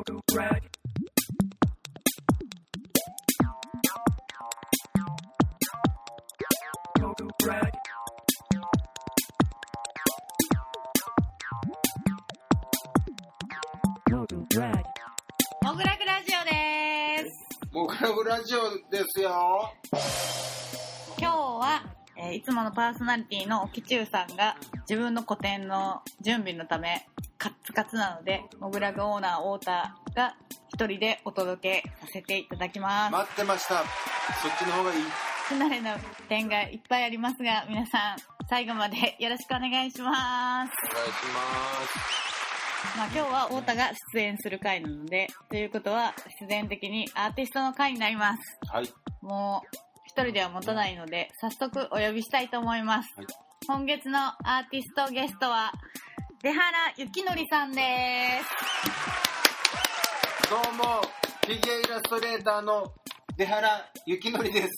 モグラグラジオです。 モグラグラジオですよ。 今日は、いつものパーソナリティのキチュウさんが自分の個展の準備のためカッツカツなので、モグラグオーナー太田が一人でお届けさせていただきます。 待ってました。そっちの方がいい。 不慣れな点がいっぱいありますが、皆さん最後までよろしくお願いします。 お願いします。 今日は太田が出演する回なので、ということは必然的にアーティストの回になります。 はい。 もう一人では持たないので、早速お呼びしたいと思います。 はい、 今月のアーティストゲストは出原幸則さんです。 どうも、フィギュアイラストレーターの出原幸則です。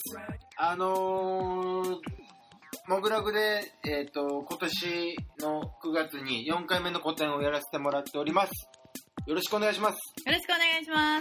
モグラグで、今年の9月に4回目の個展をやらせてもらっております。よろしくお願いします。 よろしくお願いします。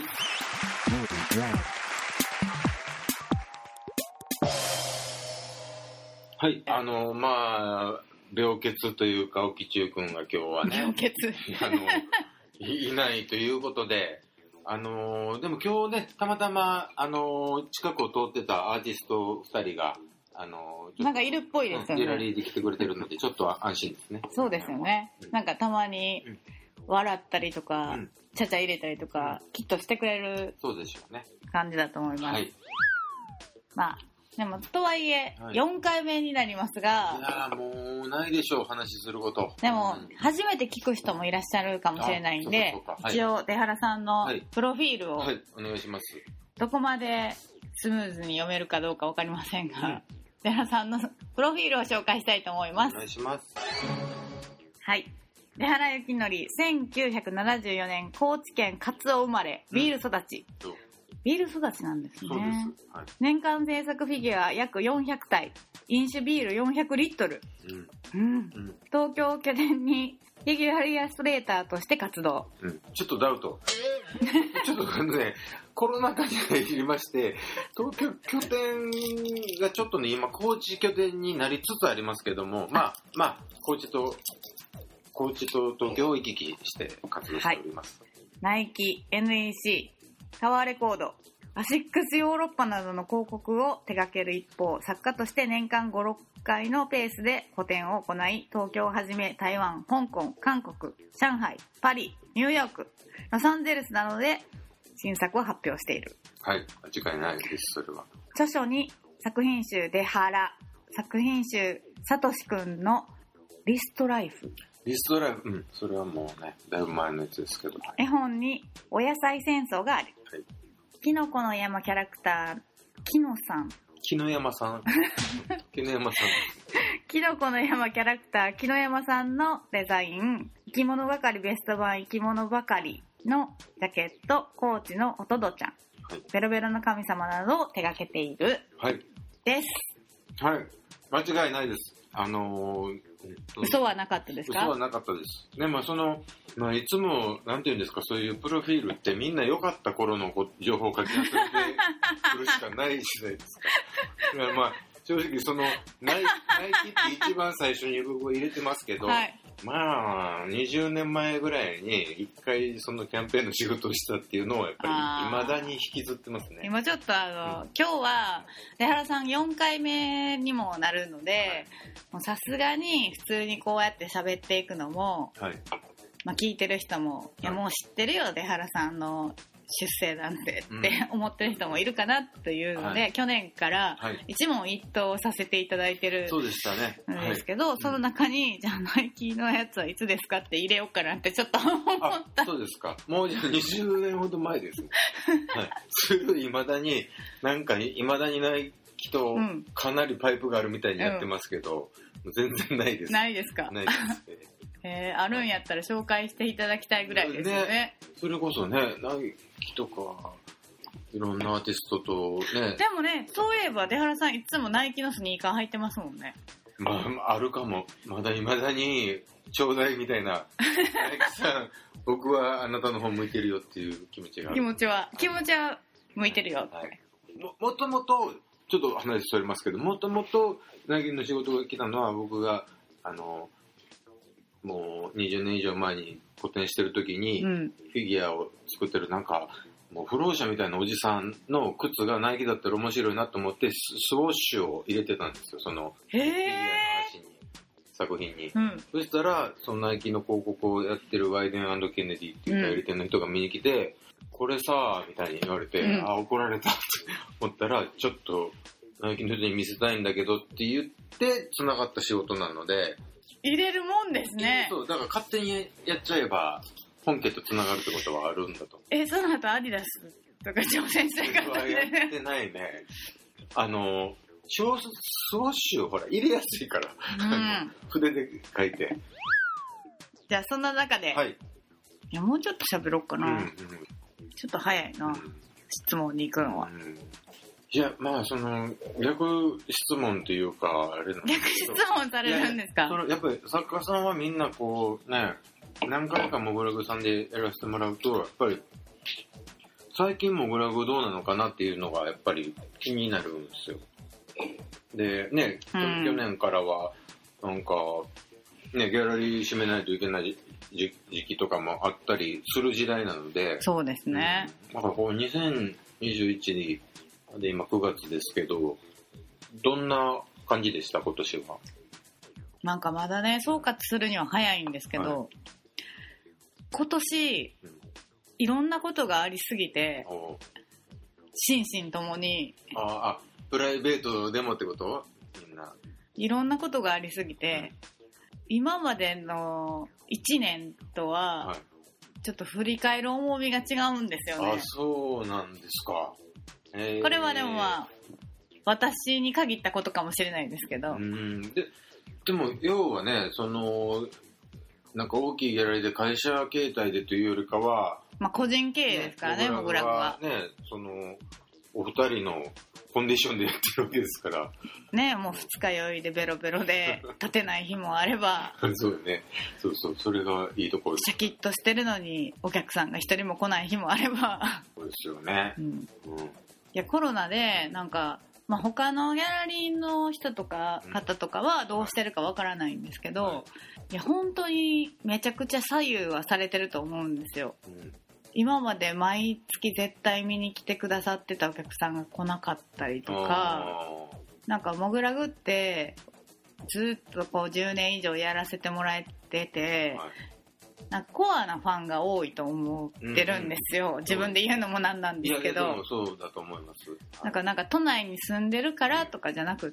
はい、病欠というか、沖中くんが今日はね、 病欠いないということで、でも今日ね、たまたま、近くを通ってたアーティスト2人が、 なんかいるっぽいですよね。 ギャラリーで来てくれてるので、ちょっと安心ですね。 そうですよね。なんかたまに笑ったりとか、ちゃちゃ入れたりとか、きっとしてくれるそうでしょうね。 感じだと思います。 はい。 でもとはいえ4回目になりますが、 いやもうないでしょう、話すること。 でも初めて聞く人もいらっしゃるかもしれないんで、一応出原さんのプロフィールを、 はい、お願いします。 どこまでスムーズに読めるかどうか分かりませんが、出原さんのプロフィールを紹介したいと思います。 お願いします。 はい。出原幸則、1974年高知県勝尾生まれ、ビール育ち。ビール育ちなんですね。 そうです。はい、 年間制作フィギュア約400体、飲酒ビール400リットル。東京を拠点にフィギュアイラストレーターとして活動。 ちょっとダウト。ちょっとね、コロナ禍に入りまして、東京拠点がちょっとね、今高知拠点になりつつありますけども、高知と東京を行き来して活動しております。 ナイキ、NEC、タワーレコード、アシックスヨーロッパなどの広告を手掛ける一方、作家として年間5、6回のペースで個展を行い、東京をはじめ台湾、香港、韓国、上海、パリ、ニューヨーク、ロサンゼルスなどで新作を発表している。 はい、間違いないです、それは。 著書に作品集出原、作品集さとしくんのリストライフ。 リストライフ、それはもうね、だいぶ前のやつですけど。 絵本にお野菜戦争がある。 はい、 キノコの山キャラクター、キノさん。 木の山さん。木の山さん。 キノコの山キャラクター、木の山さんのデザイン、生き物ばかりベスト版生き物ばかりのジャケット、コーチのおとどちゃん、ベロベロの神様などを手掛けている。 はい。 です。 はい。間違いないです。 嘘はなかったですか？ 嘘はなかったです。ね、いつも、なんていうんですか、そういうプロフィールってみんな良かった頃の情報を書き集めてくるしかないじゃないですか。正直ナイキって一番最初に僕は入れてますけど、20年前ぐらいに一回そのキャンペーンの仕事をしたっていうのをやっぱり未だに引きずってますね。 今ちょっと今日は出原さん4回目にもなるので、さすがに普通にこうやって喋っていくのも、聞いてる人も、いやもう知ってるよ出原さんの出世なんてって思ってる人もいるかなというので、去年から一問一答させていただいてるんですけど、その中にじゃあナイキのやつはいつですかって入れようかなってちょっと思った。 そうですか。もうじゃあ20年ほど前ですね。それいまだにナイキとかなりパイプがあるみたいにやってますけど、全然ないです。 ないですか？ ないです。 あるんやったら紹介していただきたいぐらいですよね。 それこそね、ナイキとかいろんなアーティストとね。 でもね、そういえば出原さんいつもナイキのスニーカー履いてますもんね。 まあ、あるかも。まだにちょうだいみたいな。さん、僕はあなたの方向いてるよっていう気持ちがある。 気持ちは向いてるよ。 はい、もともと、ちょっと話それますけど、もともと苗木の仕事が来たのは、僕が、もう20年以上前に個展してる時に、フィギュアを作ってるなんか、もう不老者みたいなおじさんの靴がナイキだったら面白いなと思ってスウォッシュを入れてたんですよ、そのフィギュアの足に、作品に、そしたらそのナイキの広告をやってるワイデン&ケネディっていう代理店の人が見に来て、これさみたいに言われて、怒られたって思ったら、ちょっとナイキの人に見せたいんだけどって言って繋がった仕事なので、 入れるもんですね。 そうだから勝手にやっちゃえば本家とつながるってことはあるんだと。 その後アディダスとか挑戦してかったね。やってないね。スウォッシュをほら入れやすいから、筆で書いて。 じゃあそんな中で、はい、いやもうちょっと喋ろうかな。ちょっと早いな、質問に行くのは。 いや、まあ逆質問っていうかあれなんですけど。 逆質問されるんですか？ やっぱり作家さんはみんなこうね。何回かモグラグさんでやらせてもらうと、やっぱり最近モグラグどうなのかなっていうのがやっぱり気になるんですよ。でね、去年からはなんかね、ギャラリー閉めないといけない時期とかもあったりする時代なので、 そうですね。 なんかこう2021で今9月ですけど、どんな感じでした今年は？ なんかまだね、総括するには早いんですけど、はい、今年、いろんなことがありすぎて、心身ともに。 プライベートでもってこと？みんな。 いろんなことがありすぎて、今までの1年とは、ちょっと振り返る重みが違うんですよね。 そうなんですか。 これはでもまあ、私に限ったことかもしれないですけど。 でも、要はね、なんか大きいギャラリーで会社形態でというよりかは、 まあ個人経営ですからね、モグラグは。 ね、お二人のコンディションでやってるわけですから。 ね、もう二日酔いでベロベロで立てない日もあれば。 そうね。そう、それがいいところです。 シャキッとしてるのにお客さんが一人も来ない日もあれば。 そうですよね。 いや、コロナでなんか、まあ、他のギャラリーの人とか方とかはどうしてるかわからないんですけど、いや本当にめちゃくちゃ左右はされてると思うんですよ。今まで毎月絶対見に来てくださってたお客さんが来なかったりとか、なんかモグラグってずっとこう10年以上やらせてもらえてて、なんかコアなファンが多いと思ってるんですよ。自分で言うのもなんなんですけど。 いやでもそうだと思います。 なんか都内に住んでるからとかじゃなくって、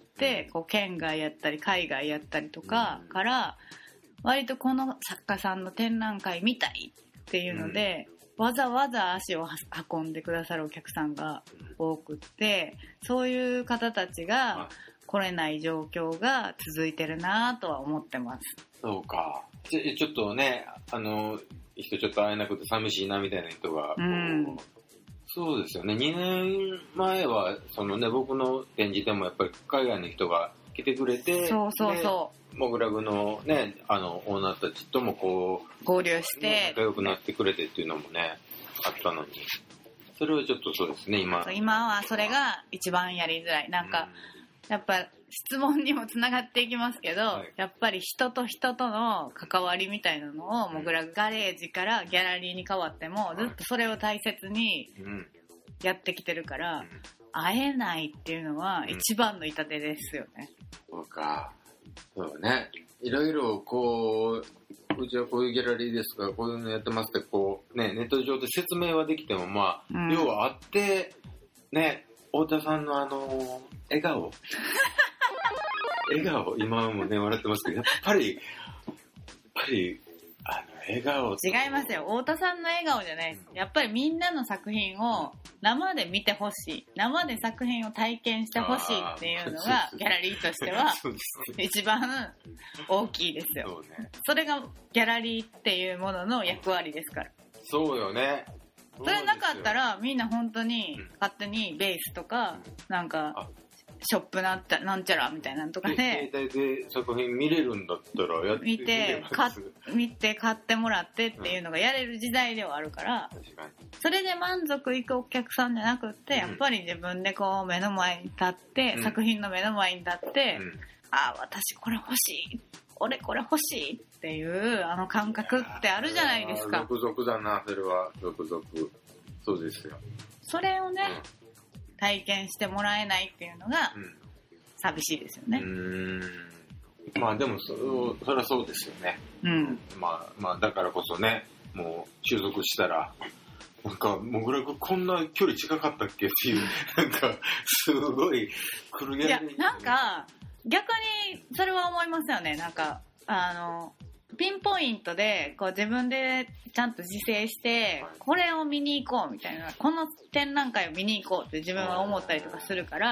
こう県外やったり海外やったりとかから、割とこの作家さんの展覧会見たいっていうので、わざわざ足を運んでくださるお客さんが多くって、そういう方たちが来れない状況が続いてるなとは思ってます。 そうか。ちょっとね、人ちょっと会えなくて寂しいなみたいな人が、そうですよね。2年前は僕の展示でもやっぱり海外の人が来てくれて、 そうモグラグのね、オーナーたちともこう合流して仲良くなってくれてっていうのもねあったのに、それはちょっとそうですね。今はそれが一番やりづらい。なんか、やっぱ質問にもつながっていきますけど、やっぱり人と人との関わりみたいなのをモグラグガレージからギャラリーに変わってもずっとそれを大切にやってきてるから、会えないっていうのは一番の痛手ですよね。 そうか。そうね。いろいろこう、うちはこういうギャラリーですからこういうのやってますってこうね、ネット上で説明はできてもまあ、要はあってね、太田さんの笑顔今もね笑ってますけど、やっぱり笑顔違いますよ。太田さんの笑顔じゃないです。やっぱりみんなの作品を生で見てほしい、生で作品を体験してほしいっていうのがギャラリーとしては一番大きいですよ。それがギャラリーっていうものの役割ですから。 そうよね。 それなかったらみんな本当に勝手にベースとかなんかショップなんちゃらみたいなのとかで携帯で作品見れるんだったらやってみれば見て買ってもらってっていうのがやれる時代ではあるから、確かにそれで満足いくお客さんじゃなくって、やっぱり自分でこう目の前に立って、作品の目の前に立って、ああ私これ欲しい、俺これ欲しいっていうあの感覚ってあるじゃないですか。 続々だな、それは続々。そうですよ。 それをね、体験してもらえないっていうのが寂しいですよね。 まあでもそれはそうですよね。まあだからこそね、もう収束したらなんかもぐらくこんな距離近かったっけっていうなんかすごい来る。 いやなんか逆にそれは思いますよね。なんかピンポイントでこう自分でちゃんと自制してこれを見に行こうみたいな、この展覧会を見に行こうって自分は思ったりとかするから、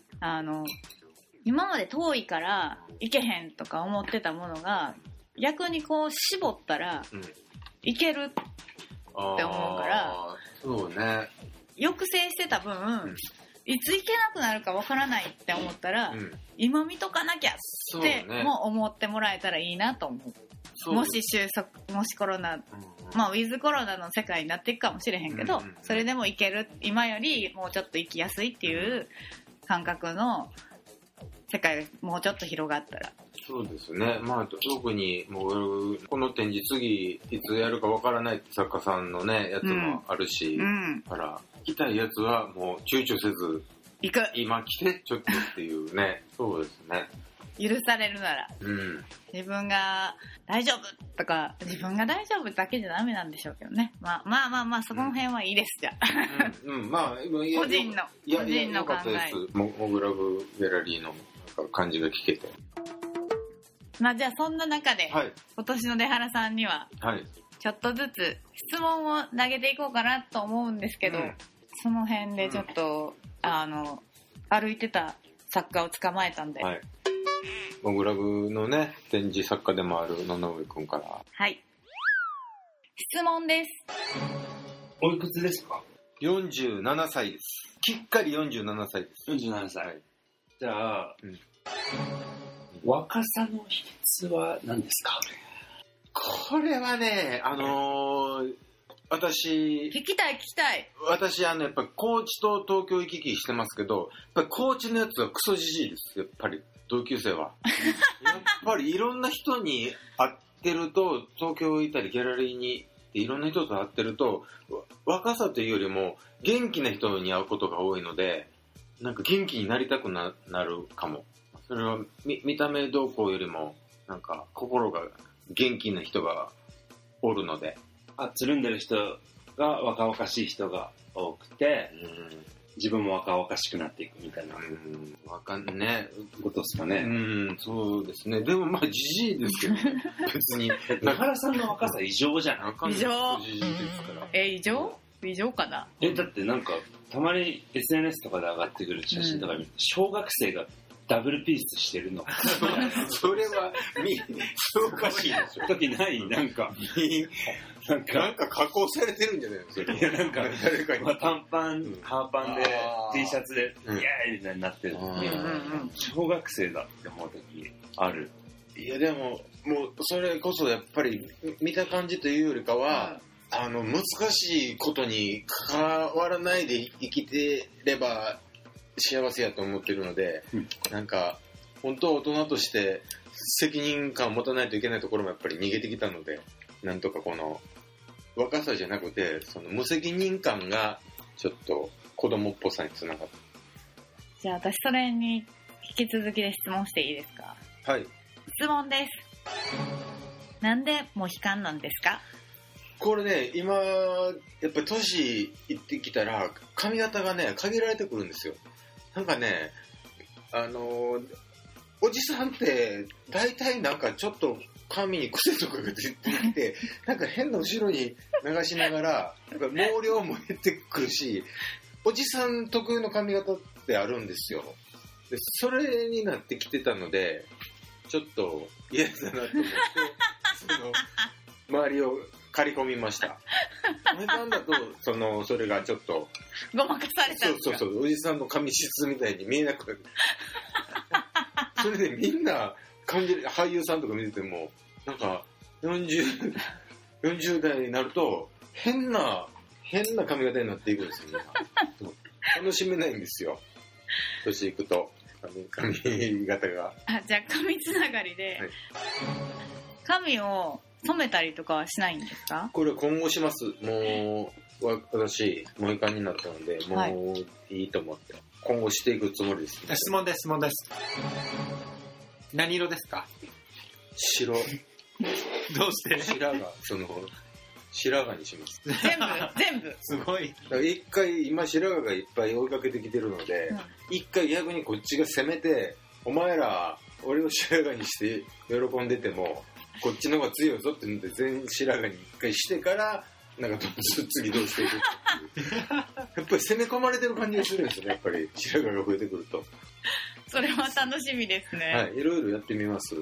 今まで遠いから行けへんとか思ってたものが逆にこう絞ったら行けるって思うから、 そうね、 抑制してた分、いつ行けなくなるかわからないって思ったら、今見とかなきゃっても思ってもらえたらいいなと思う。もしもしコロナ、まあウィズコロナの世界になっていくかもしれへんけど、それでも行ける、今よりもうちょっと行きやすいっていう感覚の世界がもうちょっと広がったら。 そうですね。まあ特にもうこの展示次いつやるかわからないって作家さんのねやつもあるし、だから来たいやつはもう躊躇せず行く、 今来てちょっとっていうね。そうですね。 許されるなら、自分が大丈夫とか、自分が大丈夫だけじゃダメなんでしょうけどね。まあそこの辺はいいです、じゃあ。 まあ個人の考え。 モグラブギャラリーの感じが聞けて。 まあじゃあそんな中で、今年の出原さんには、ちょっとずつ質問を投げていこうかなと思うんですけど、その辺でちょっと、歩いてた作家を捕まえたんで。 モグラブのね、展示作家でもある野々上くんから。 はい。質問です。 おいくつですか ？47歳です。きっかり47歳です。 47歳。じゃあ、若さの秘訣は何ですか？ これはね、私聞きたい。 私やっぱり高知と東京行き来してますけど、やっぱり高知のやつはクソじじいです。やっぱり同級生はやっぱりいろんな人に会ってると、東京行ったりギャラリーにいろんな人と会ってると、若さというよりも元気な人に会うことが多いので、なんか元気になりたく なるかも。それは見た目動向よりもなんか心が元気な人がおるので、 つるんでる人が若々しい人が多くて、自分も若々しくなっていくみたいな、 わかんねことですかね。 そうですね。でもまあじじいですけど、ね、別に中原さんの若さ異常じゃん。 異常。 じじいですから。 異常かな。 だってなんかたまに SNS とかで上がってくる写真とか見ると、小学生がダブルピースしてるのそれはおかしいでしょ。 時ないなんか加工されてるんじゃないですか。 いやなんか誰かに、短パン、ハーパンで T シャツでイエーイみたいになってる時に、小学生だって思う時ある。 いやでももうそれこそやっぱり見た感じというよりかは、難しいことに関わらないで生きてれば幸せやと思ってるので、なんか本当は大人として責任感を持たないといけないところもやっぱり逃げてきたので、なんとかこの若さじゃなくてその無責任感がちょっと子供っぽさにつながった。 じゃあ私それに引き続きで質問していいですか？ はい。 質問です。なんでモヒカンなんですか？ これね、今やっぱり年いってきたら髪型がね限られてくるんですよ。なんかね、おじさんって大体なんかちょっと髪に癖とかが出てきて、なんか変な後ろに流しながら毛量も減ってくるし、おじさん特有の髪型ってあるんですよ。でそれになってきてたのでちょっと嫌だなと思ってその周りを刈り込みました。おじさんだとそれがちょっとごまかされたんですか。 そうおじさんの髪質みたいに見えなくなる。それでみんな感じる俳優さんとか見ててもなんか40代になると変な髪型になっていくんですよね。楽しめないんですよ。年いくと髪型が。 じゃあ髪つながりで、はい、髪を染めたりとかはしないんですか？ これ今後します。もう私モヒカンになったのでもういいと思って、今後していくつもりです、ね。 質問です。何色ですか？ 白。どうして白髪にします。 全部すごい。 一回今白髪がいっぱい追いかけてきてるので、一回逆にこっちが攻めて、お前ら俺を白髪にして喜んでてもこっちの方が強いぞって言って全白髪に一回してからなんか次どうしていくっていうやっぱり攻め込まれてる感じがするんですよね。やっぱり白髪が増えてくると。 それは楽しみですね。 はい、いろいろやってみます。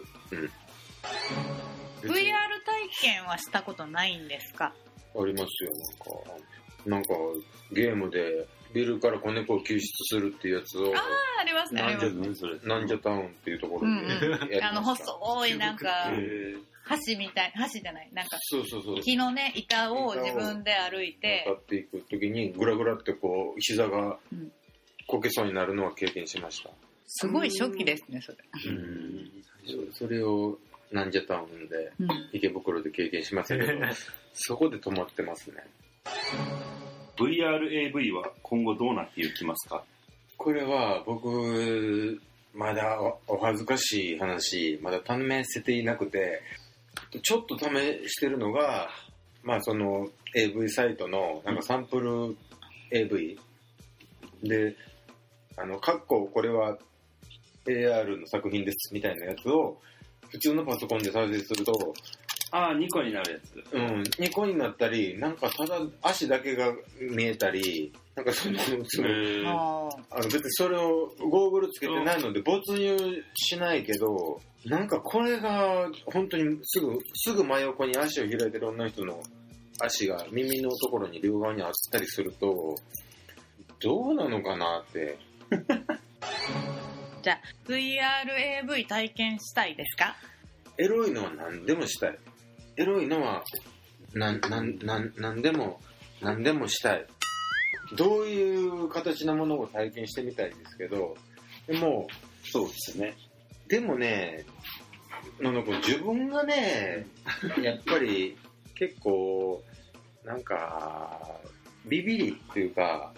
VR 体験はしたことないんですか？ ありますよ。なんかゲームでビルから子猫を救出するっていうやつをありますね。 なんじゃタウンっていうところでやりました。 細いなんか橋みたい、橋じゃないなんかそう木のね板を自分で歩いて渡っていくときにグラグラってこう膝がこけそうになるのは経験しました。 すごい初期ですねそれ。 それをなんじゃタウンで池袋で経験しましたけど、そこで止まってますね。 VRAV は今後どうなっていきますか？ これは僕まだお恥ずかしい話まだ試せていなくて、ちょっと試してるのがその AV サイトのなんかサンプル AV でこれは AR の作品ですみたいなやつを普通のパソコンで再生すると 2個になるやつ。 2個になったり、なんかただ足だけが見えたり、なんか別にそれをゴーグルつけてないので没入しないけど、なんかこれが本当にすぐ真横に足を開いてる女の人の足が耳のところに両側にあったりすると、どうなのかなって。 じゃあ VRAV 体験したいですか？ エロいのは何でもしたい。エロいのは何でもしたい。どういう形のものを体験してみたいですけど、でもそうですね。 でもね、自分がね、やっぱり結構なんかビビりっていうか。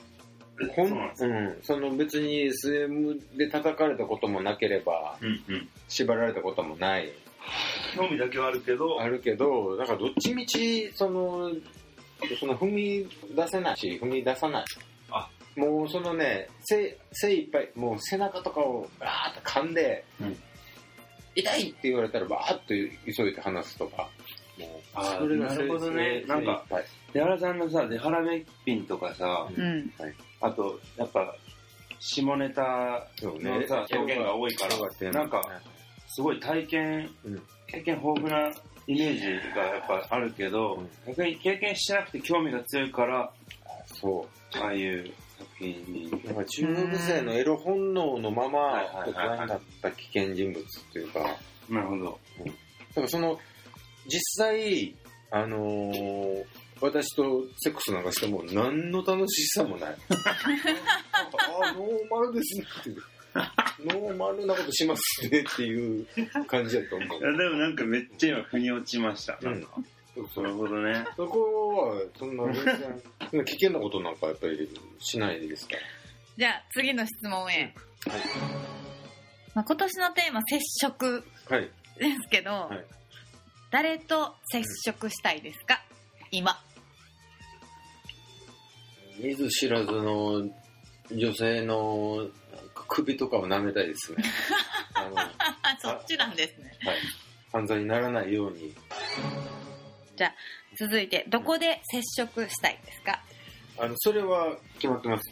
別に SM で叩かれたこともなければ、縛られたこともない。 興味だけはあるけど、 なんかどっちみち踏み出せないし踏み出さない。もう精いっぱいもう背中とかをバーッと噛んで、痛いって言われたらバーッと急いで離すとか。 それなるほどね。なんか出原さんのさ出原めっぴんとかさ、あとやっぱ下ネタのさ表現が多いからなんかすごい経験豊富なイメージがやっぱあるけど、逆に経験してなくて興味が強いからああいう作品になんか中学生のエロ本能のまま大人になった危険人物っていうか。 なるほど。 だから実際私とセックスなんかしても何の楽しさもない。ノーマルですねってノーマルなことしますねっていう感じだと思う。 いやでもなんかめっちゃ今腑に落ちました。なるほどね。 そこはそんな全然危険なことなんかやっぱりしないですから。 じゃあ次の質問へ。今年のテーマ接触ですけど、誰と接触したいですか？今。 見ず知らずの女性の首とかを舐めたいですね。 そっちなんですね。 はい。犯罪にならないように。 じゃあ続いてどこで接触したいですか？ それは決まってます。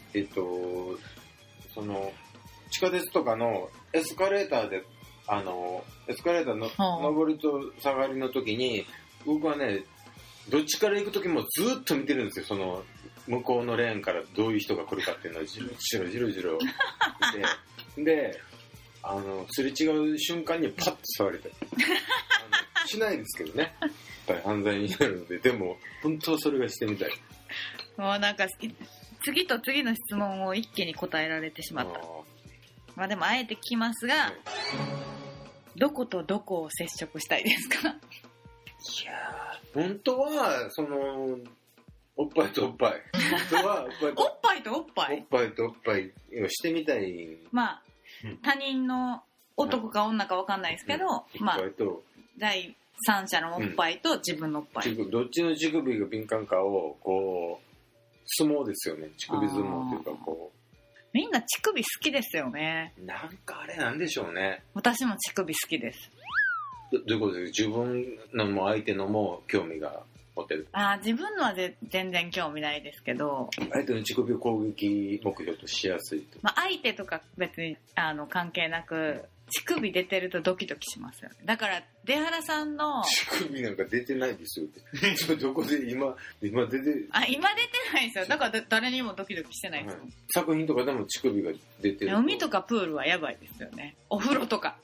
地下鉄とかのエスカレーターでエスカレーターの上りと下がりの時に僕はねどっちから行く時もずっと見てるんですよ。その向こうのレーンからどういう人が来るかっていうのをじろじろ見てですれ違う瞬間にパッと触れてしないですけどね、やっぱり犯罪になるので。でも本当それがしてみたい。 もうなんか次と次の質問を一気に答えられてしまった。まあでもあえて聞きますが、はい、どことどこを接触したいですか？いや本当はそのおっぱいとおっぱい本当はおっぱいとおっぱいおっぱいとおっぱいをしてみたい。 まあ他人の男か女か分かんないですけど、まあ第三者のおっぱいと自分のおっぱい、 どっちの乳首が敏感かをこう相撲ですよね。乳首相撲というかこう。 みんな乳首好きですよね。 なんかあれなんでしょうね。 私も乳首好きです。 どういうことですか？自分のも相手のも興味が持てる。 自分のは全然興味ないですけど。 相手の乳首を攻撃目標としやすいと。 まあ相手とか別に関係なく。乳首出てるとドキドキしますよね。だから出原さんの乳首なんか出てないですよってどこで今出て今出てないですよ。だから誰にもドキドキしてないですよ、 作品とかでも乳首が出てる。 海とかプールはやばいですよね。お風呂とか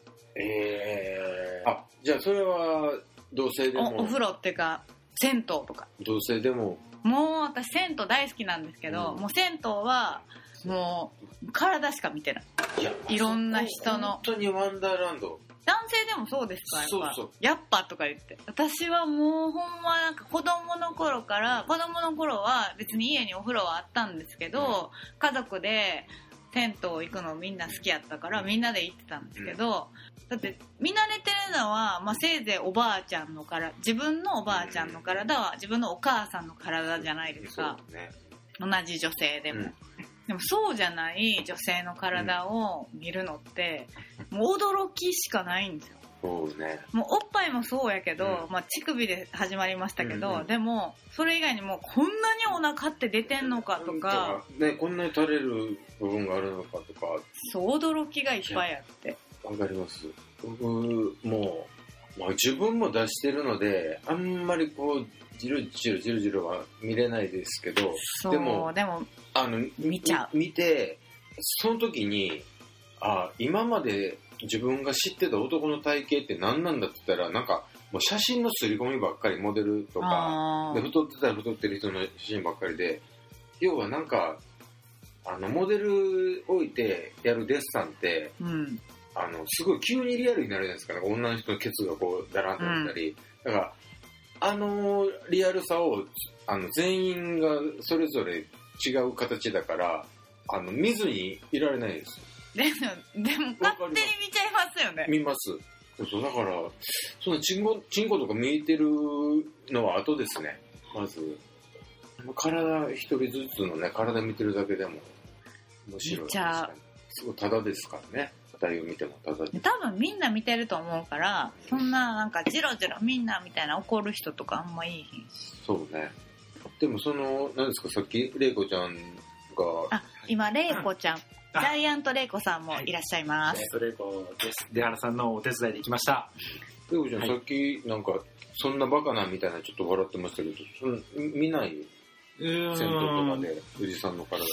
じゃあそれは同性でも。 お風呂っていうか銭湯とか同性でも。 もう私銭湯大好きなんですけど、もう銭湯はもう体しか見てない。いろんな人の。 本当にワンダーランド。 男性でもそうですか？やっぱそうやっぱとか言って。私はもうほんまなんか子供の頃は別に家にお風呂はあったんですけど、家族で銭湯行くのみんな好きやったからみんなで行ってたんですけど、だって見慣れてるのは、まあ、せいぜいおばあちゃんの体、自分のおばあちゃんの体は自分のお母さんの体じゃないですか。同じ女性でも。でもそうじゃない女性の体を見るのって、もう驚きしかないんですよ。 そうね。 もうおっぱいもそうやけど、まあ乳首で始まりましたけど、でもそれ以外にもこんなにお腹って出てんのかとか、 ね、こんなに垂れる部分があるのかとか、 そう驚きがいっぱいあって。 わかります。僕もう、まあ、自分も出してるのであんまりこうじろじろは見れないですけど、でも見ちゃう。 見てその時に今まで自分が知ってた男の体型って何なんだって言ったら、なんかもう写真の刷り込みばっかり、モデルとかで太ってたら太ってる人の写真ばっかりで、要はなんかモデル置いてやるデッサンって、すごい急にリアルになるじゃないですか。なんか女の人のケツがこうダランとなったり、だからリアルさを全員がそれぞれ違う形だから見ずにいられないです。 でも勝手に見ちゃいますよね。 見ます。そうだからそのチンコとか見えてるのは後ですね。まず体一人ずつのね、体見てるだけでも面白い。 見ちゃう。 すごいタダですからね。二人を見てもタダで。 多分みんな見てると思うから、そんななんかジロジロみんなみたいな怒る人とかあんまいいひんし。 そうね。でも何ですか、さっき玲子ちゃんが。 今玲子ちゃん。ジャイアント玲子さんもいらっしゃいます。 玲子です。出原さんのお手伝いで行きました。 玲子ちゃん、さっきなんかそんなバカなみたいなちょっと笑ってましたけど、見ない？銭湯とかでおじさんの体とか。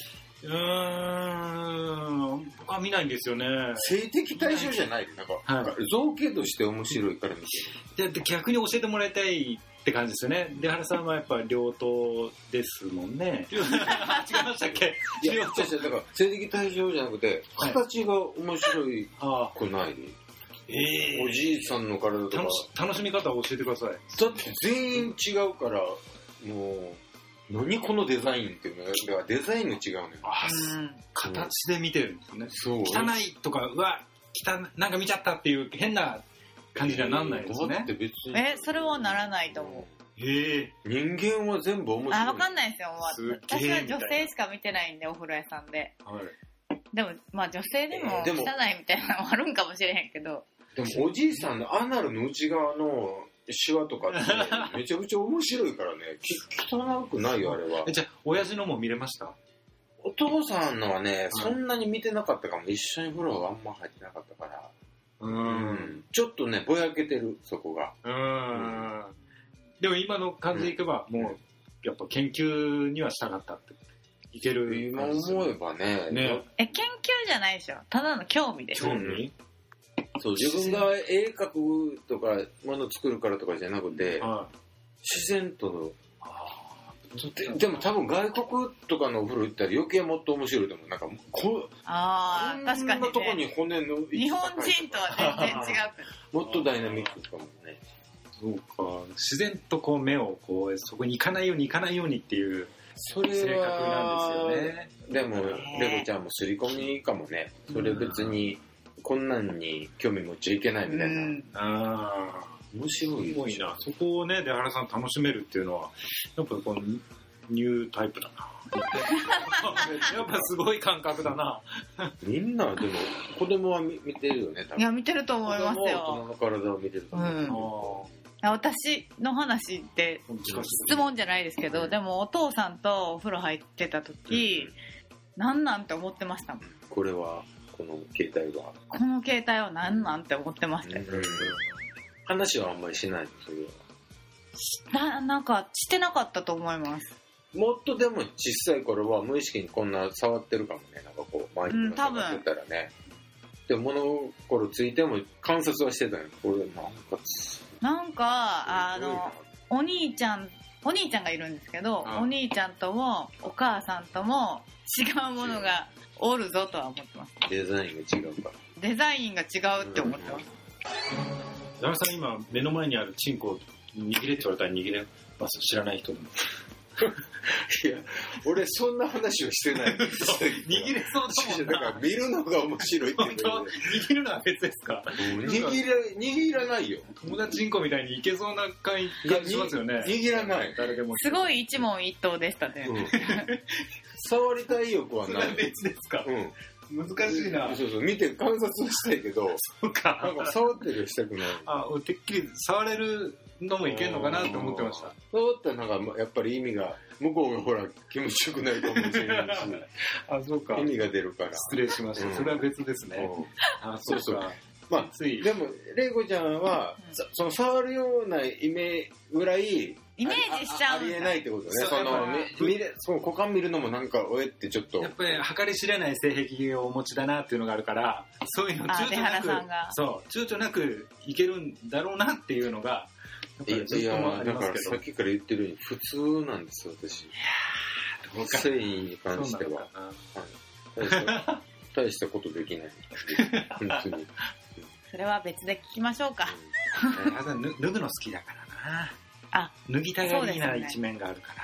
僕は見ないんですよね。 性的対象じゃない。なんか造形として面白いから見てる。 で逆に教えてもらいたいって感じですよね。出原さんはやっぱ両党ですもんね。違いましたっけ？ いや、だから性的対象じゃなくて形が面白いくない？おじいさんの体とか楽しみ方を教えてください。 だって全員違うから、もう何このデザインっていうのがデザインが違うね。 形で見てるんですね。 そう。 汚いとかなんか見ちゃったっていう変な感じにはなんないですね。 だって別にそれはならないと思う。 人間は全部面白い。 分かんないですよ。私は女性しか見てないんで、お風呂屋さんで。でもまあ女性でも汚いみたいなのもあるんかもしれへんけど。 でもおじいさんのアナルの内側のシワとかってめちゃくちゃ面白いからね。汚くないよあれは。 じゃあ親父のも見れました？ お父さんのはね、そんなに見てなかったかも。一緒に風呂はあんま入ってなかったから。ちょっとねぼやけてるそこが。 でも今の感じでいけば、もうやっぱ研究にはしたかったっていける。 今思えばね。 研究じゃないでしょ。ただの興味でしょ。 興味？ そう、自分が絵描くとかもの作るからとかじゃなくて、自然との。でも多分外国とかのお風呂行ったら余計もっと面白いと思う。なんかこんなとこに骨の日本人とは全然違う。 もっとダイナミックかもね。 そうか。自然とこう目をこうそこに行かないようにっていう性格なんですよね。 でもレゴちゃんも刷り込みかもね。それ別にこんなんに興味持っちゃいけないみたいな。面白いな。そこをね、出原さん楽しめるっていうのは、やっぱこのニュータイプだな。やっぱすごい感覚だな。 みんな、でも、子供は見てるよね、多分。 いや、見てると思いますよ。 大人の体を見てると思う。私の話って質問じゃないですけど、でもお父さんとお風呂入ってた時、なんなんて思ってましたもん。 これは、この携帯は。 この携帯はなんなんて思ってましたよ。 話はあんまりしないの、それは。なんかしてなかったと思います。 もっとでも小さい頃は無意識にこんな触ってるかもね。なんかこう、周りとか触ってたらね。でも物心ついても観察はしてたよ。これなんかお兄ちゃんがいるんですけど、お兄ちゃんともお母さんとも違うものがおるぞとは思ってます。 デザインが違うから。 デザインが違うって思ってます。 山田さん今目の前にあるチンコを握れって言われたら握れます？知らない人でも。 いや、俺そんな話をしてない。 握れそうだもんな。 だから見るのが面白いって言う。 握るのは別ですか？ 握らないよ。 友達チンコみたいにいけそうな感じしますよね。 握らない。 誰でも。 すごい一問一答でしたね。 触りたい欲はない。 それは別ですか？難しいな。 そうそう、見て観察したいけど、 そうか。 なんか触ってるしたくない。 てっきり触れるのもいけるのかなって思ってました。 そうだったらなんかやっぱり意味が、向こうがほら気持ちよくなるかもしれないし、 そうか。 意味が出るから。 失礼しました。それは別ですね。 そうそう。まあ、でも、レイコちゃんは、その触るようなイメージぐらい、 イメージしちゃう。 ありえないってことね。その股間見るのもなんか、おえってちょっと。 やっぱり計り知れない性癖をお持ちだなっていうのがあるから、そういうの躊躇なくいけるんだろうなっていうのが、 いや、だからさっきから言ってるように普通なんですよ、私。いやー、繊維に関しては。大したことできない。本当に。 それは別で聞きましょうか。 脱ぐの好きだからな。脱ぎたがりな一面があるから。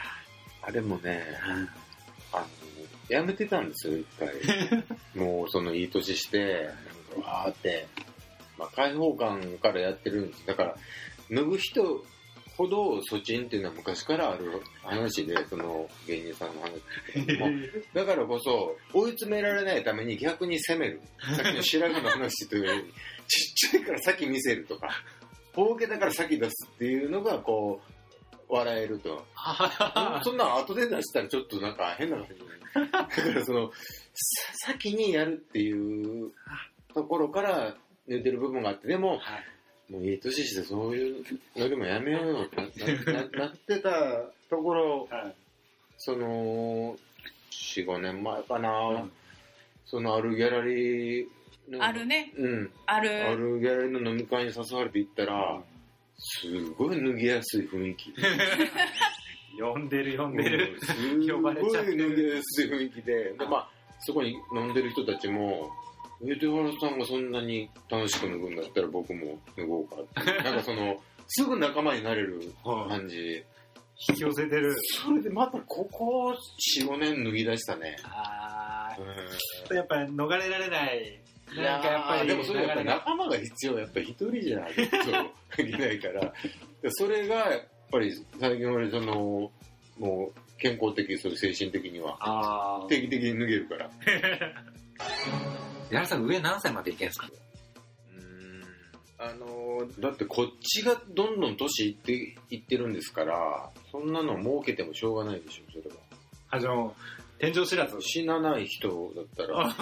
でもね、やめてたんですよ、一回。もうそのいい年して、わーって、開放感からやってるんです。だから、脱ぐ人ほどそちんっていうのは昔からある話で、その芸人さんの話ってもだからこそ追い詰められないために逆に攻める。さっきの白髪の話というようにちっちゃいから先見せるとか、大けだから先出すっていうのがこう笑えると。そんな後で出したらちょっとなんか変な感じになる。だからその先にやるっていうところから抜いてる部分があって、でも、もういい年してそういうのでもやめようよってなってたところ、その 4,5 年前かな、そのあるギャラリーのあるね、 あるギャラリーの飲み会に誘われて行ったら、すごい脱ぎやすい雰囲気呼んでるすごい脱ぎやすい雰囲気で、そこに飲んでる人たちも出原さんがそんなに楽しく脱ぐんだったら僕も脱ごうかって。なんかその、すぐ仲間になれる感じ。 引き寄せてる。 それでまたここ 4,5 年脱ぎ出したね。 やっぱり逃れられない。 なんかやっぱり。でもそれやっぱ仲間が必要。やっぱり一人じゃないとできないから。それがやっぱり最近俺その、もう健康的、そういう精神的には定期的に脱げるから。 矢原さん上何歳までいけんすか？ だってこっちがどんどん年いってるんですから、そんなの儲けてもしょうがないでしょ、それは。 天井知らず死なない人だったら。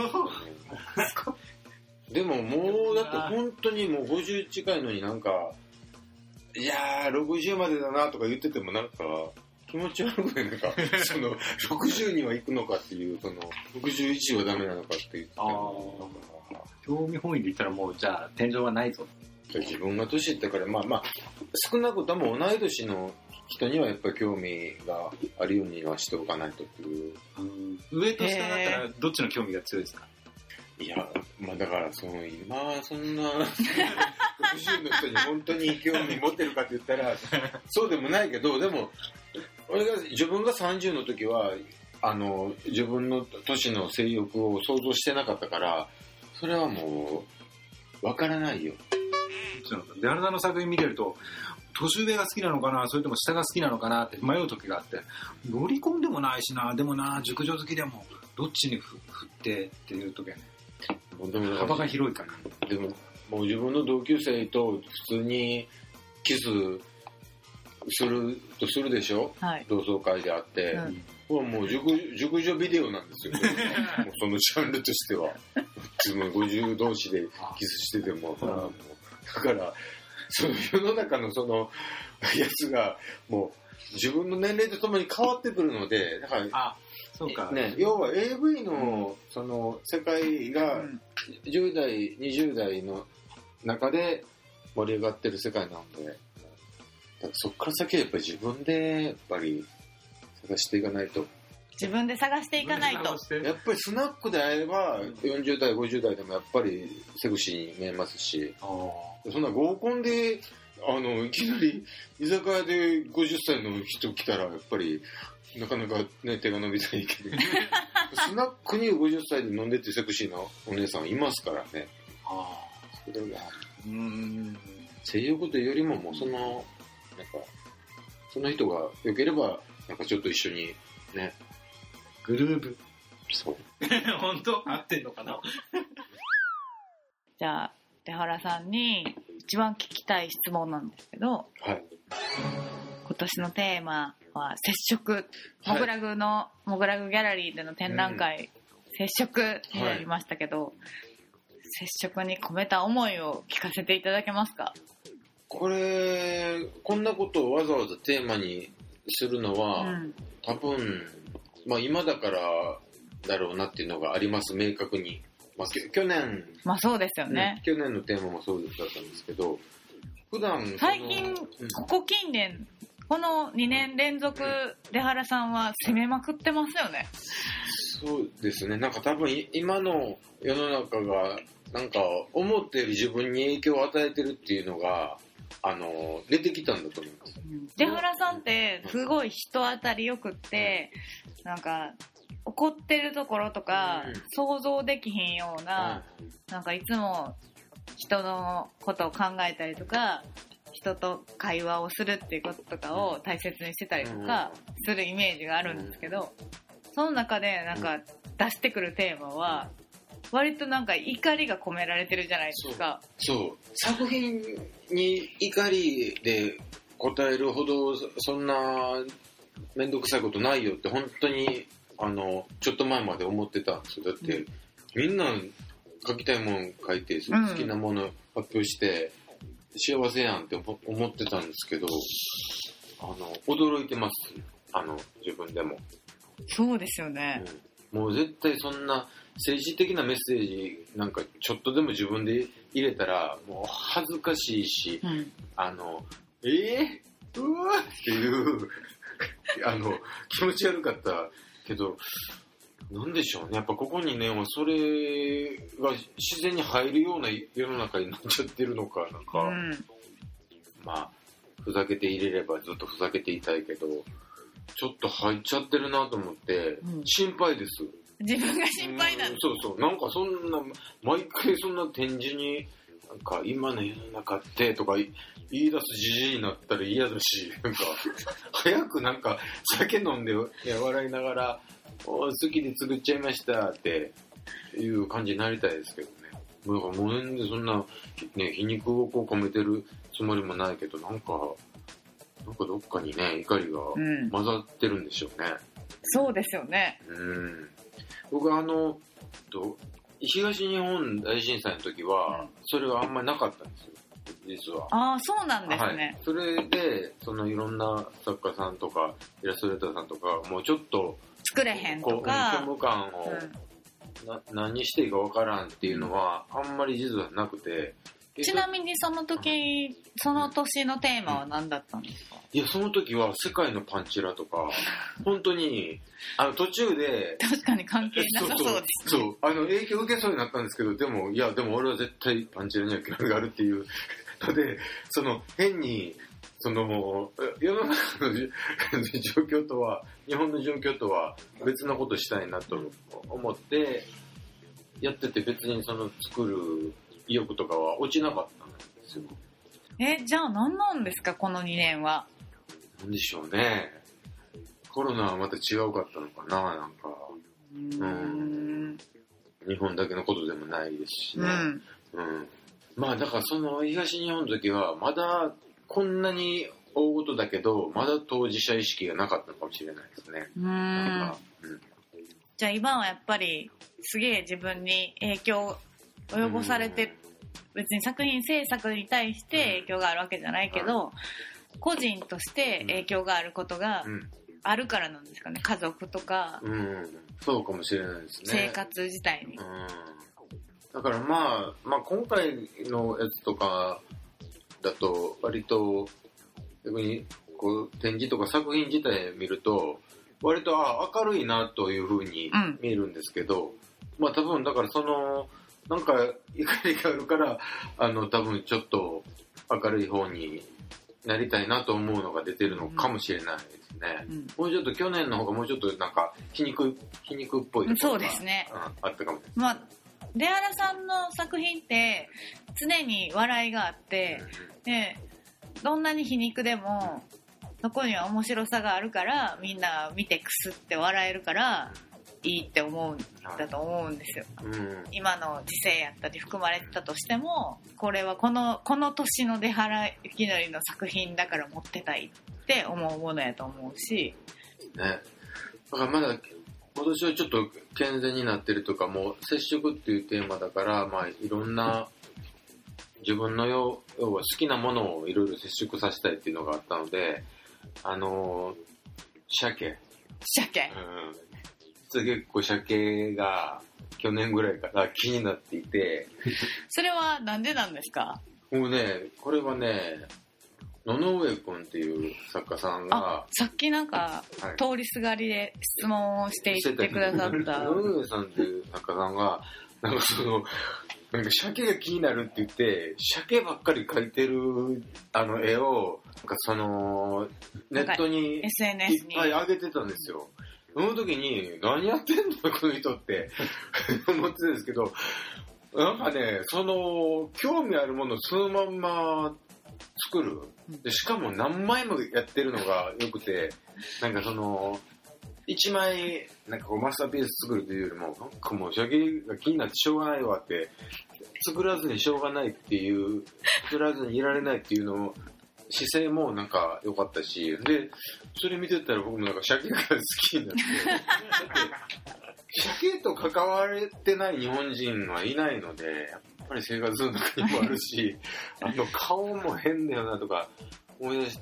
でももうだって本当にもう50近いのになんかいやー60までだなとか言っててもなんか気持ち悪くないなんかその60には行くのかっていうその61はダメなのかって言って興味本位で言ったらもうじゃあ天井はないぞ。 自分が年いったからまあ少なくとも同い年の人にはやっぱり興味があるようにはしておかないとっていう。 上と下だったらどっちの興味が強いですか？ いや、まあだからその今そんな60の人に本当に興味持ってるかって言ったらそうでもないけど、でも自分が30の時は自分の年の性欲を想像してなかったから、それはもうわからないよ。 で原田の作品見てると年上が好きなのかな、それとも下が好きなのかなって迷う時があって、ロリコンでもないしな、でもな熟女好きでもどっちに振ってっていう時はね、幅が広いから。 でももう自分の同級生と普通にキスするとするでしょ、はい、同窓会であって、もう熟女ビデオなんですよ、ね、もうそのジャンルとしては自分50同士でキスしてても、だからその世の中のそのやつがもう自分の年齢とともに変わってくるので、だからそうか、 ね、要は AV のその世界が10代20代の中で盛り上がってる世界なので、だからそっから先はやっぱり自分でやっぱり探していかないと。 自分で探していかないと。 やっぱりスナックであれば40代50代でもやっぱりセクシーに見えますし、そんな合コンでいきなり居酒屋で50歳の人来たらやっぱりなかなかね手が伸びないけどスナックに50歳で飲んでてセクシーなお姉さんいますからね。それが性欲というよりももうそのなんかその人が良ければなんかちょっと一緒にねグルーブ。 そう本当合ってんのかなじゃあ出原さんに一番聞きたい質問なんですけど、 はい、 今年のテーマは接触、モグラグギャラリーでの展覧会、接触になりましたけど、接触に込めた思いを聞かせていただけますか？ こんなことをわざわざテーマにするのは、多分まあ今だからだろうなっていうのがあります、明確に。去年、 そうですよね、 去年のテーマもそうだったんですけど、普段最近、ここ近年この2年連続出原さんは攻めまくってますよね。 そうですね、なんか多分今の世の中がなんか思っている自分に影響を与えてるっていうのが出てきたんだと思います。 出原さんってすごい人当たりよくって、なんか怒ってるところとか、想像できひんような、なんかいつも人のことを考えたりとか、人と会話をするっていうこととかを大切にしてたりとかするイメージがあるんですけど、その中でなんか出してくるテーマは割となんか怒りが込められてるじゃないですか。 そう作品に怒りで答えるほどそんなめんどくさいことないよって本当にちょっと前まで思ってたんですよ。だって、みんな書きたいもん書いて好きなもの発表して幸せやんって思ってたんですけど、驚いてます、自分でも。 そうですよね、 もう絶対そんな政治的なメッセージなんかちょっとでも自分で入れたらもう恥ずかしいし、うわっていう気持ち悪かったけど、なんでしょうね、やっぱここ2年はそれが自然に入るような世の中になっちゃってるのか、なんか、まあふざけて入れればずっとふざけていたいけど、ちょっと入っちゃってるなと思って、心配です。 自分が心配なんです。 そうなんかそんな毎回そんな展示になんか今の世の中ってとか言い出すじじいになったら嫌だし、なんか早くなんか酒飲んで笑いながら好きで作っちゃいましたっていう感じになりたいですけどね。もう全然そんなね皮肉をこう込めてるつもりもないけど、なんかどっかにね怒りが混ざってるんでしょうね。 そうですよね。 僕東日本大震災の時はそれはあんまりなかったんですよ。 実は。 ああ、そうなんですね。 はい、それでいろんな作家さんとかイラストレーターさんとかもうちょっと作れへんとか虚無感を、何していいかわからんっていうのはあんまり実はなくて。 ちなみにその年のテーマは何だったんですか？ いや、その時は世界のパンチラとか本当に途中で確かに関係なさそうですね。 そう影響受けそうになったんですけど、でも俺は絶対パンチラには興味があるっていうので、変に世の中の状況とは、日本の状況とは別のことしたいなと思ってやってて、別に作る意欲とかは落ちなかったんですよ。 じゃあ何なんですか、この2年は。 なんでしょうね。コロナはまた違うかったのかな、なんか。日本だけのことでもないですしね。まあだから東日本の時はまだこんなに大事だけど、まだ当事者意識がなかったのかもしれないですね。 じゃあ今はやっぱりすげえ自分に影響を及ぼされて、別に作品制作に対して影響があるわけじゃないけど、個人として影響があることがあるからなんですかね。家族とか、 そうかもしれないですね。 生活自体に。 だからまあ今回のやつとかだと割と逆に展示とか作品自体見ると割と明るいなという風に見えるんですけど、まあ多分だからなんか怒りがあるから多分ちょっと明るい方になりたいなと思うのが出てるのかもしれないですね。もうちょっと去年の方がもうちょっとなんか皮肉っぽいところがそうですね。 あったかも。 まあ出原さんの作品って常に笑いがあって、でどんなに皮肉でもそこには面白さがあるからみんな見てくすって笑えるからいいって思うんだと思うんですよ。今の時世やったり含まれてたとしても、これはこの年の出原幸則の作品だから持ってたいって思うものやと思うしね。だからまだ今年はちょっと健全になってるとか、もう接触っていうテーマだから、まあいろんな自分の要は好きなものをいろいろ接触させたいっていうのがあったので、鮭。結構鮭が去年ぐらいから気になっていて。 それはなんでなんですか？ もうね、これはね、野々上くんっていう作家さんが、 さっきなんか、通りすがりで質問をしていってくださった。 野々上さんっていう作家さんが、なんか鮭が気になるって言って、鮭ばっかり描いてる絵を、ネットにいっぱい上げてたんですよ。その時に、何やってんのこの人って思ってたんですけど、なんかね、興味あるものをそのまんま作る。でしかも何枚もやってるのが良くて、なんか一枚なんかマスターピース作るというよりも、なんかもう鮭が気になってしょうがないわって、作らずにしょうがないっていう、作らずにいられないっていうのを姿勢もなんか良かったし、でそれ見てたら僕もなんか鮭が好きになって、鮭と関われてない日本人はいないので、やっぱり生活の中にもあるし、顔も変だよなとか思い出して。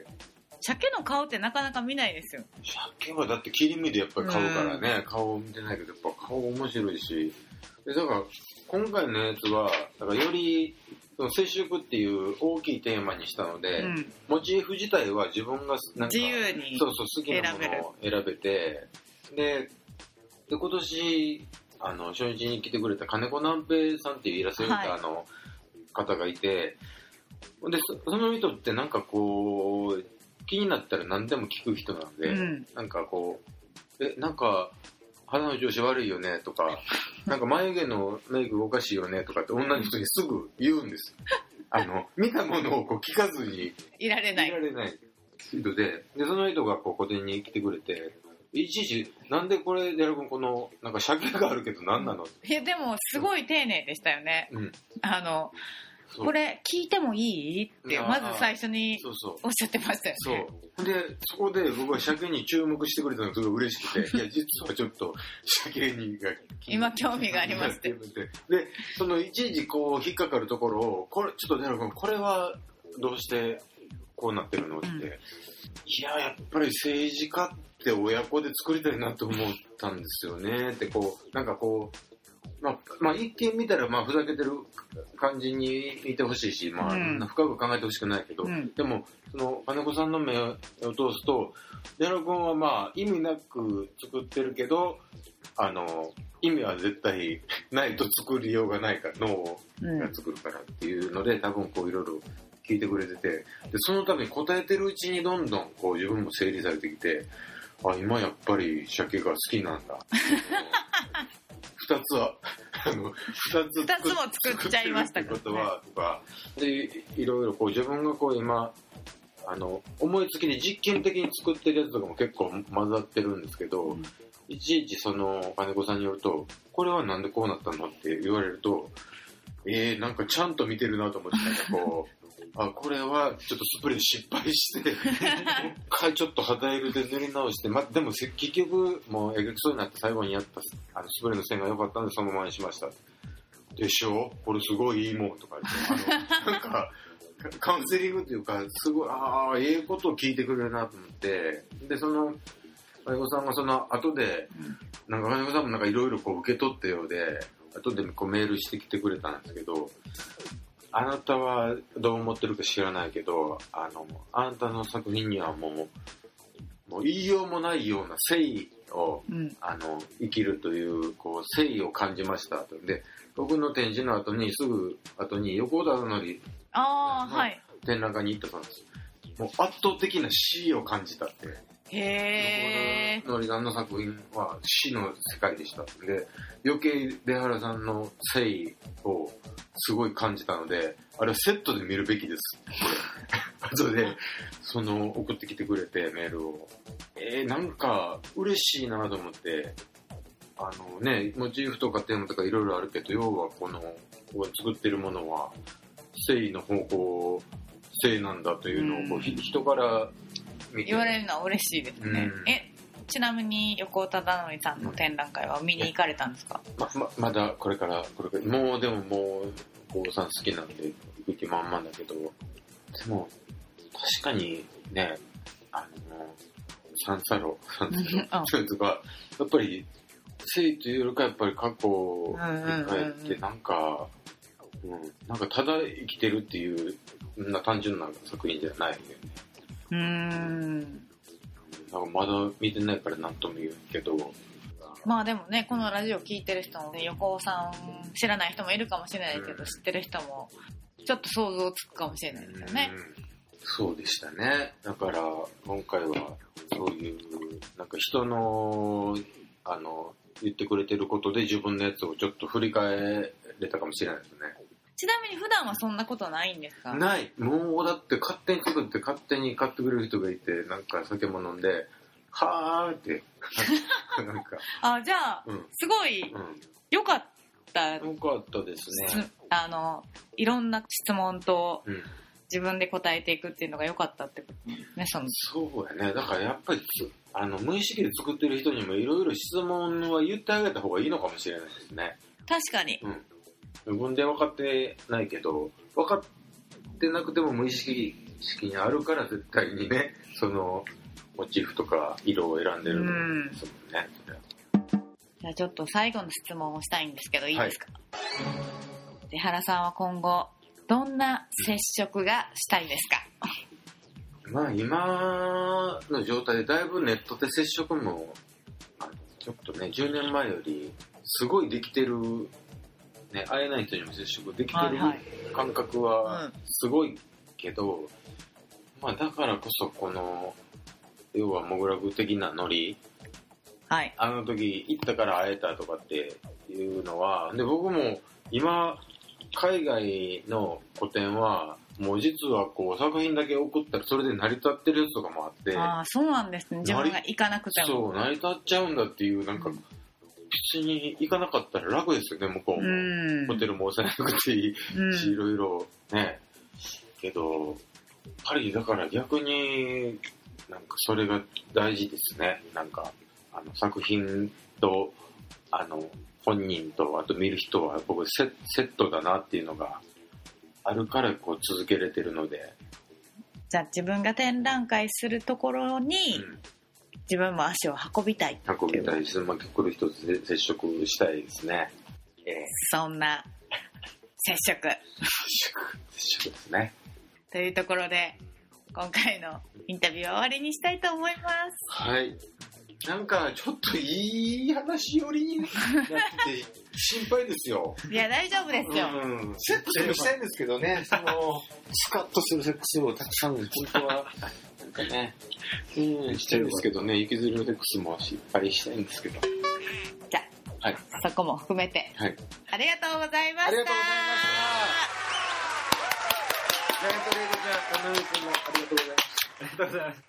鮭の顔ってなかなか見ないですよ。 鮭はだって切り身でやっぱり買うからね、顔見てないけどやっぱ顔面白いし、でだから今回のやつはだからより接触っていう大きいテーマにしたので、モチーフ自体は自分がなんか自由に好きなものを選べて、で今年初日に来てくれた金子南平さんっていうイラストレーターの方がいて、でその人ってなんかこう気になったら何でも聞く人なので、なんかこうなんか肌の調子悪いよねとか、なんか眉毛のメイクおかしいよねとかって女の人にすぐ言うんです。見たものをこう聞かずにいられない人で、その人がこう個展に来てくれて、いちいちなんでこれでやるこのなんか鮭があるけど何なの？ いやでもすごい丁寧でしたよね。 これ聞いてもいいってまず最初におっしゃってましたよね。 そうでそこで僕は鮭に注目してくれたのがすごい嬉しくていや実はちょっと鮭にが今興味がありましてでそのいちいちこう引っかかるところをこれちょっとねこれはどうしてこうなってるのって、いややっぱり政治家って親子で作りたいなと思ったんですよねってこうなんかこうまあ一見見たらふざけてる感じに見てほしいし、深く考えてほしくないけど、でもその金子さんの目を通すと矢野君は意味なく作ってるけど意味は絶対ないと作りようがないから脳が作るからっていうので多分こういろいろ聞いてくれててでそのために答えてるうちにどんどんこう自分も整理されてきて今やっぱり鮭が好きなんだ2つは2 つも作っちゃいましたからね。 ことはとかでいろいろこう自分がこう今思いつきで実験的に作ってるやつとかも結構混ざってるんですけど、いちいちその金子さんによるとこれはなんでこうなったのって言われるとなんかちゃんと見てるなと思ってこうこれはちょっとスプレー失敗してもう一回ちょっと肌色で塗り直して、でも結局もうえげくそになって最後にやったスプレーの線が良かったんでそのままにしましたでしょこれすごいいいもんとか言ってなんかカウンセリングというかすごいことを聞いてくれるなと思ってでその金子さんがその後でなんか金子さんもいろいろ受け取ったようで後でこうメールしてきてくれたんですけどあなたはどう思ってるか知らないけどあなたの作品にはもう言いようもないような誠意を、生きるというこう誠意を感じましたとで僕の展示の後にすぐ後に横田のり展覧会に行ったそうなんです。もう圧倒的な死を感じたって横田のりさんの作品は死の世界でしたで余計出原さんの誠意をすごい感じたのであれはセットで見るべきです後で送ってきてくれてメールをなんか嬉しいなと思ってモチーフとかテーマとかいろいろあるけど要はこの作ってるものは誠意の方向性なんだというのを人から見て言われるのは嬉しいですね、ちなみに横尾忠則さんの展覧会は見に行かれたんですか？ まだこれからもうでも横尾さん好きなんで行く気満々だけどでも確かにねサンサロとかやっぱり誠意というよりかやっぱり過去を振り返ってなんかただ生きてるっていう単純な作品じゃないよね。なんかまだ見てないから何とも言うけどでもねこのラジオ聞いてる人も、横尾さん知らない人もいるかもしれないけど、知ってる人もちょっと想像つくかもしれないですよね。 そうでしたね。だから今回はそういうなんか人の言ってくれてることで自分のやつをちょっと振り返れたかもしれないですね。 ちなみに普段はそんなことないんですか？ ない。もうだって勝手に作って勝手に買ってくれる人がいてなんか酒も飲んではーってなんかじゃあ、すごい良かったですね。 いろんな質問と自分で答えていくっていうのが良かったってことですね。 そうやね。だからやっぱり無意識で作ってる人にもいろいろ質問は言ってあげた方がいいのかもしれないですね。 確かに。 自分で分かってないけど分かってなくても無意識にあるから絶対にねそのモチーフとか色を選んでるんですもんね。 じゃあちょっと最後の質問をしたいんですけどいいですか？出原さんは今後どんな接触がしたいですか？ 今の状態でだいぶネットで接触もちょっとね10年前よりすごいできてる会えない人にも接触できてる感覚はすごいけど、だからこそこの要はモグラグ的なノリ、あの時行ったから会えたとかっていうのはで僕も今海外の個展はもう実は作品だけ送ったらそれで成り立ってるやつとかもあってそうなんですね。自分が行かなくてもそう成り立っちゃうんだっていうなんか別しに行かなかったら楽ですよね、向こうも。ホテルも押さなくていいし、いろいろね。けど、パリだから逆に、なんかそれが大事ですね。なんか、作品と、本人と、あと見る人は僕セットだなっていうのがあるからこう続けれてるので。 じゃあ自分が展覧会するところに、自分も足を運びたい。 運びたいし、まあ、来る人と接触したいですね。 そんな接触ですね。 というところで、今回のインタビューは終わりにしたいと思います。 はい。なんかちょっといい話よりになってて心配ですよ。 いや大丈夫ですよ。 セックスしたいんですけどね、スカッとするセックスをたくさん本当はなんかね、したいんですけどね、雪吊りのセックスもしっかりしたいんですけど。 じゃあ、はい、そこも含めて、はい、ありがとうございました。ありがとうございました。ジャイアントレイドちゃん、女の子もありがとうございます。ありがとうございます。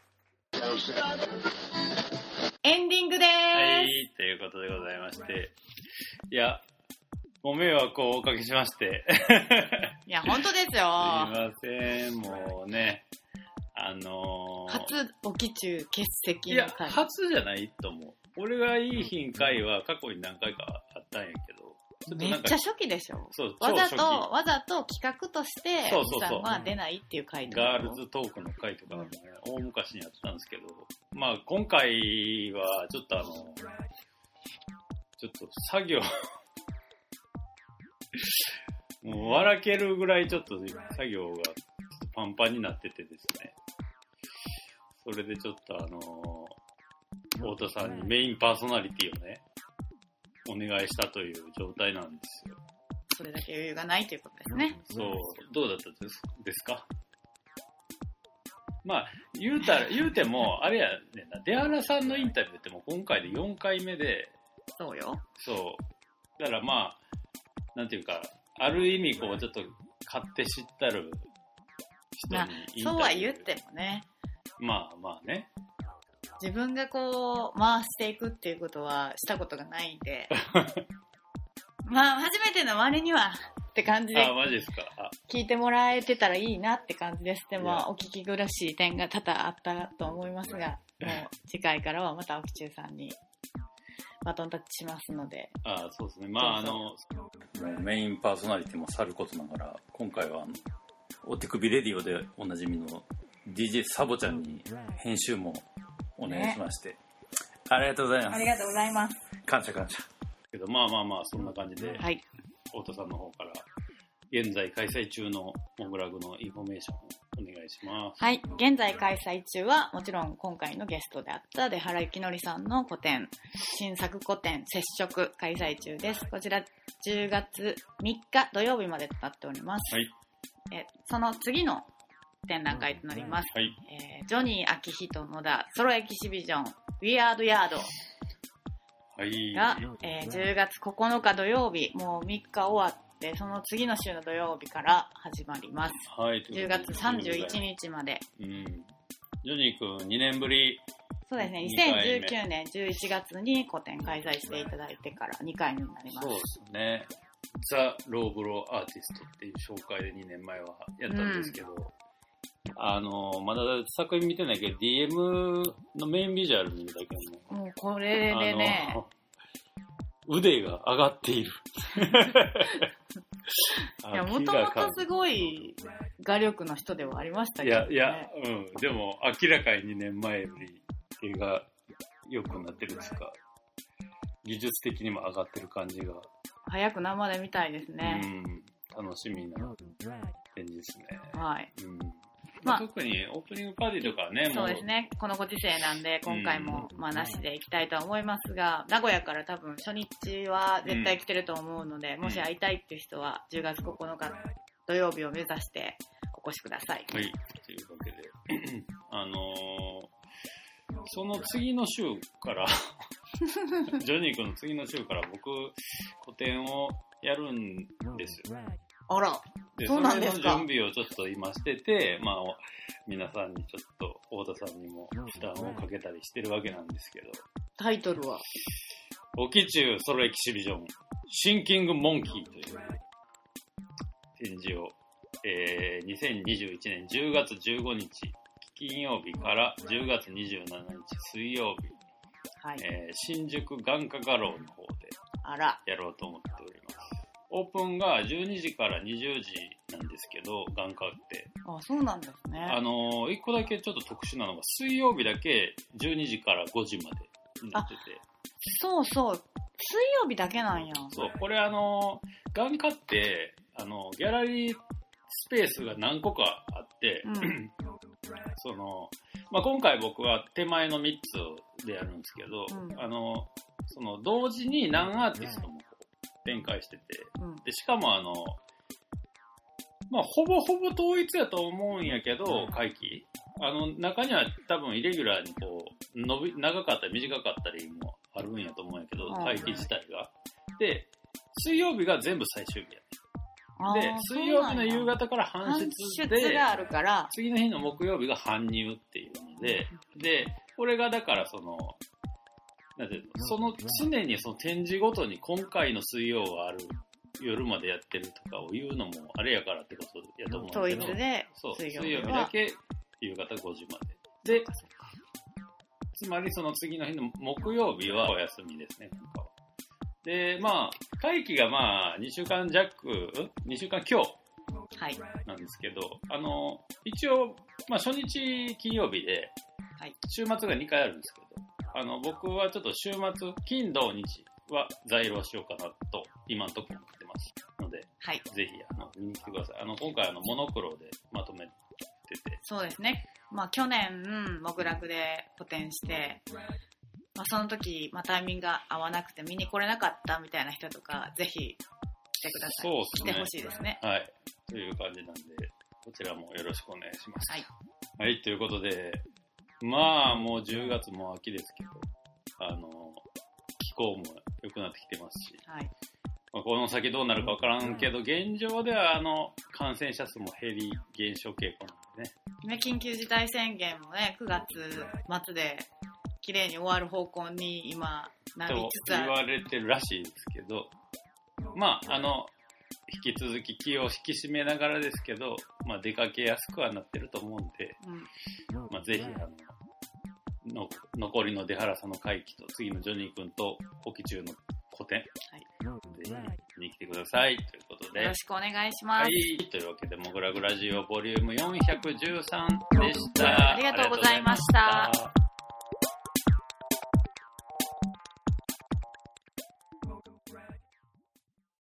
エンディングでーす。 はい、ということでございまして。いや、ご迷惑をおかけしまして。 いや、本当ですよ。すいません、もうね。 初おき中欠席の回。 いや、初じゃないと思う。俺がいい品回は過去に何回かあったんやけど。 めっちゃ初期でしょ。 そう、 わざと企画として、さんは出ないっていう回とか。 ガールズトークの回とか、ね、大昔にやってたんですけど、まあ今回はちょっとちょっと作業もう笑けるぐらいちょっと作業がパンパンになっててですね。それでちょっと太田さんにメインパーソナリティをね、お願いしたという状態なんですよ。 それだけ余裕がないということですね。 そう、どうだったですか？まあ、言うても、あれやねんな、出原さんのインタビューってもう今回で4回目で。 そうよ。 そう。だからまあ、なんていうか、ある意味こうちょっと勝手知ったる人にインタビュー。 そうは言ってもね。 まあまあね。 自分がこう回していくっていうことはしたことがないんでまあ初めての割にはって感じでマジですか。 聞いてもらえてたらいいなって感じです。でもお聞き苦しい点が多々あったと思いますが、もう次回からはまたおきちゅうさんにバトンタッチしますので。 そうですね。まあメインパーソナリティもさることながら、今回はお手首レディオでおなじみの DJ サボちゃんに編集もお願いしまして、ね、ありがとうございます。 ありがとうございます。 感謝。けどまあそんな感じで、はい、太田さんの方から現在開催中のモグラグのインフォメーションをお願いします。 はい、現在開催中はもちろん今回のゲストであった出原幸則さんの個展、新作個展接触開催中です。こちら10月3日土曜日までとなっております。はい、その次の展覧会となります。はい、ジョニー・アキヒト・野田ソロエキシビジョン Weird Yard が、10月9日土曜日、もう3日終わってその次の週の土曜日から始まります。はい、10月31日まで。 ジョニー君2年ぶり。 そうですね、2019年11月に個展開催していただいてから2回目になります。 そうですね。ザ・ローブローアーティストっていう紹介で2年前はやったんですけど、まだ作品見てないけど DM のメインビジュアル見るだけでもうこれでね腕が上がっているいやもともとすごい画力の人ではありましたけどね。 いやでも明らかに2年前より絵が良くなってるんですか、技術的にも上がってる感じが。 早く生で見たいですね。 楽しみな展示ですね。 はい。 特にオープニングパーティーとかね、 そうですね、このご時世なんで今回もなしでいきたいと思いますが、名古屋から多分初日は絶対来てると思うので、もし会いたいっていう人は10月9日土曜日を目指してお越しください。 はい、というわけでその次の週からジョニー君の次の週から僕個展をやるんですよ。 あら、そうなんですか。 それの準備をちょっと今してて、皆さんにちょっと太田さんにも負担をかけたりしてるわけなんですけど。 タイトルは沖中ソロエキシビジョン、シンキングモンキーという展示を、2021年10月15日金曜日から10月27日水曜日、はい新宿眼科画廊の方でやろうと思っております。オープンが12時から20時なんですけど、眼科って。 あ、そうなんですね。 一個だけちょっと特殊なのが、水曜日だけ12時から5時までになってて。 そうそう。水曜日だけなんや。 そう、これ眼科って、ギャラリースペースが何個かあって、今回僕は手前の3つでやるんですけど、同時に何アーティストも展開してて、でしかもほぼほぼ統一やと思うんやけど、会期中には多分イレギュラーにこう長かったり短かったりもあるんやと思うんやけど、会期自体が。で、水曜日が全部最終日やね。で、水曜日の夕方から搬出で、 があるから次の日の木曜日が搬入っていうので、で、これがだからなんていうの、常にその展示ごとに今回の水曜がある、夜までやってるとかを言うのもあれやからってことやと思うんだけど、 統一で水曜日だけ夕方5時まで。で、つまりその次の日の木曜日はお休みですね、今回は。で、会期が2週間弱、2週間強なんですけど、一応、初日金曜日で、週末が2回あるんですけど、僕はちょっと週末、金土日は在労しようかなと、今のところ思ってますので、ぜひ見に来てください。今回モノクロでまとめてて。 そうですね。去年、モグラクで個展して、その時、タイミングが合わなくて見に来れなかったみたいな人とか、ぜひ来てください。 そうですね。 来てほしいですね。 はい。という感じなんで、こちらもよろしくお願いします。はい、ということで、もう10月も秋ですけど、気候も良くなってきてますし、この先どうなるかわからんけど、現状では感染者数も減り、減少傾向なんでね。緊急事態宣言もね、9月末で綺麗に終わる方向に今なりつつある。 と言われてるらしいですけど、引き続き気を引き締めながらですけど、出かけやすくはなってると思うんで、ぜひ残りの出原さんの会期と次のジョニー君と沖中の個展、ぜひ見に来てくださいということで、 よろしくお願いします。 というわけでモグラグラジオボリューム413でした。 ありがとうございました。